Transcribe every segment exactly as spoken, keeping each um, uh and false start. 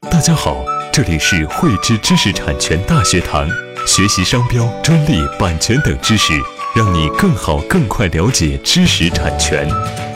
大家好，这里是汇知知识产权大学堂，学习商标、专利、版权等知识，让你更好、更快了解知识产权。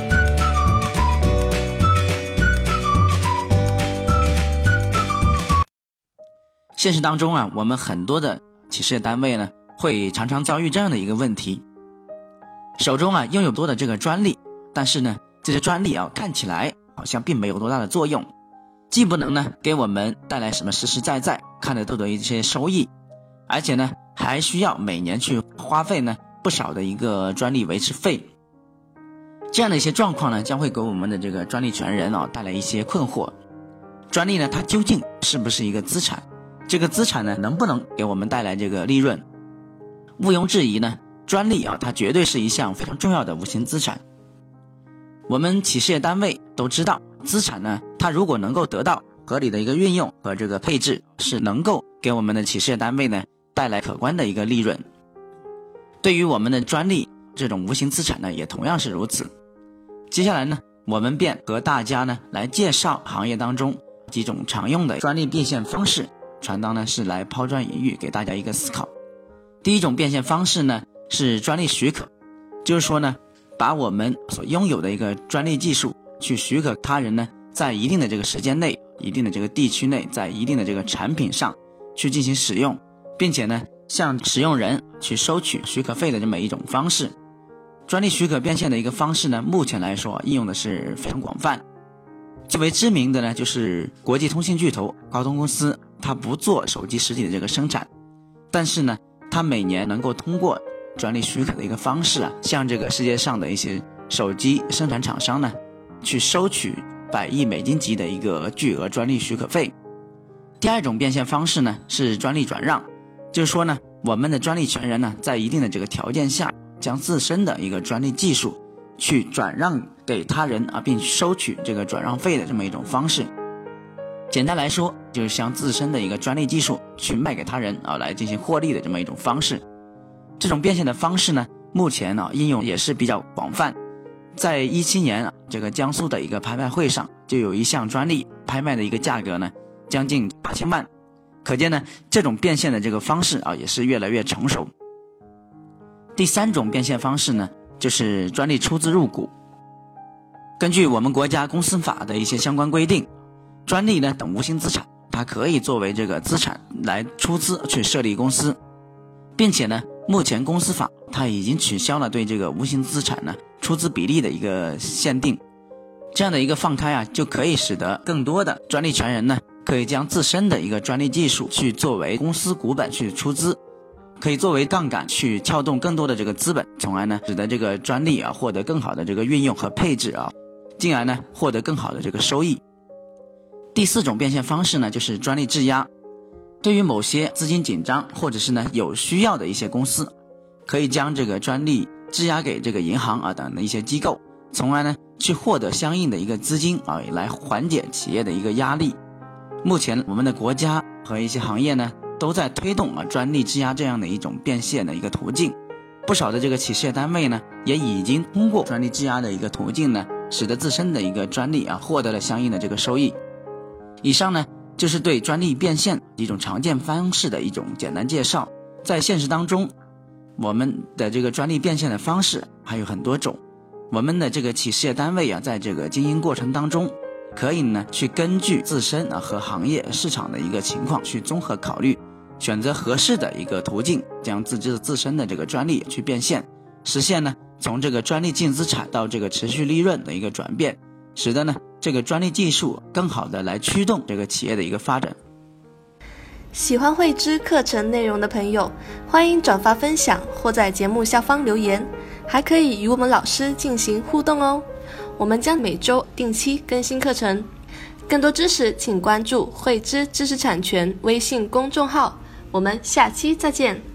现实当中啊，我们很多的企事业单位呢，会常常遭遇这样的一个问题：手中啊拥有多的这个专利，但是呢，这些专利啊看起来好像并没有多大的作用，既不能呢给我们带来什么实实在在看得到的一些收益，而且呢还需要每年去花费呢不少的一个专利维持费。这样的一些状况呢，将会给我们的这个专利权人啊带来一些困惑。专利呢，它究竟是不是一个资产？这个资产呢，能不能给我们带来这个利润？毋庸置疑呢，专利啊，它绝对是一项非常重要的无形资产。我们企事业单位都知道，资产呢，它如果能够得到合理的一个运用和这个配置，是能够给我们的企事业单位呢带来可观的一个利润。对于我们的专利这种无形资产呢，也同样是如此。接下来呢，我们便和大家呢来介绍行业当中几种常用的专利变现方式，传当呢是来抛砖引玉，给大家一个思考。第一种变现方式呢是专利许可，就是说呢，把我们所拥有的一个专利技术去许可他人呢，在一定的这个时间内、一定的这个地区内，在一定的这个产品上去进行使用，并且呢，向使用人去收取许可费的这么一种方式。专利许可变现的一个方式呢，目前来说应用的是非常广泛。最为知名的呢，就是国际通信巨头高通公司，它不做手机实体的这个生产，但是呢，它每年能够通过专利许可的一个方式啊，向这个世界上的一些手机生产厂商呢，去收取百亿美金级的一个巨额专利许可费。第二种变现方式呢，是专利转让，就是说呢，我们的专利权人呢，在一定的这个条件下，将自身的一个专利技术去转让给他人啊，并收取这个转让费的这么一种方式。简单来说，就是将自身的一个专利技术去卖给他人啊，来进行获利的这么一种方式。这种变现的方式呢，目前呢应用也是比较广泛。在一七年啊，这个江苏的一个拍卖会上，就有一项专利拍卖的一个价格呢，将近八千万。可见呢，这种变现的这个方式啊，也是越来越成熟。第三种变现方式呢，就是专利出资入股。根据我们国家公司法的一些相关规定，专利呢等无形资产，它可以作为这个资产来出资去设立公司，并且呢，目前公司法它已经取消了对这个无形资产呢出资比例的一个限定。这样的一个放开啊，就可以使得更多的专利权人呢，可以将自身的一个专利技术去作为公司股本去出资，可以作为杠杆去撬动更多的这个资本，从而呢使得这个专利啊获得更好的这个运用和配置啊，进而呢获得更好的这个收益。第四种变现方式呢，就是专利质押。对于某些资金紧张或者是呢有需要的一些公司，可以将这个专利质押给这个银行啊等的一些机构，从而呢去获得相应的一个资金啊，来缓解企业的一个压力。目前我们的国家和一些行业呢，都在推动啊专利质押这样的一种变现的一个途径。不少的这个企事业单位呢，也已经通过专利质押的一个途径呢，使得自身的一个专利啊获得了相应的这个收益。以上呢就是对专利变现一种常见方式的一种简单介绍。在现实当中，我们的这个专利变现的方式还有很多种。我们的这个企事业单位啊，在这个经营过程当中，可以呢去根据自身啊和行业市场的一个情况去综合考虑，选择合适的一个途径，将自己自身的这个专利去变现，实现呢从这个专利净资产到这个持续利润的一个转变，使得呢这个专利技术更好的来驱动这个企业的一个发展。 喜欢汇知课程内容的朋友，欢迎转发分享或在节目下方留言，还可以与我们老师进行互动哦。我们将每周定期更新课程，更多知识请关注汇知知识产权微信公众号。我们下期再见。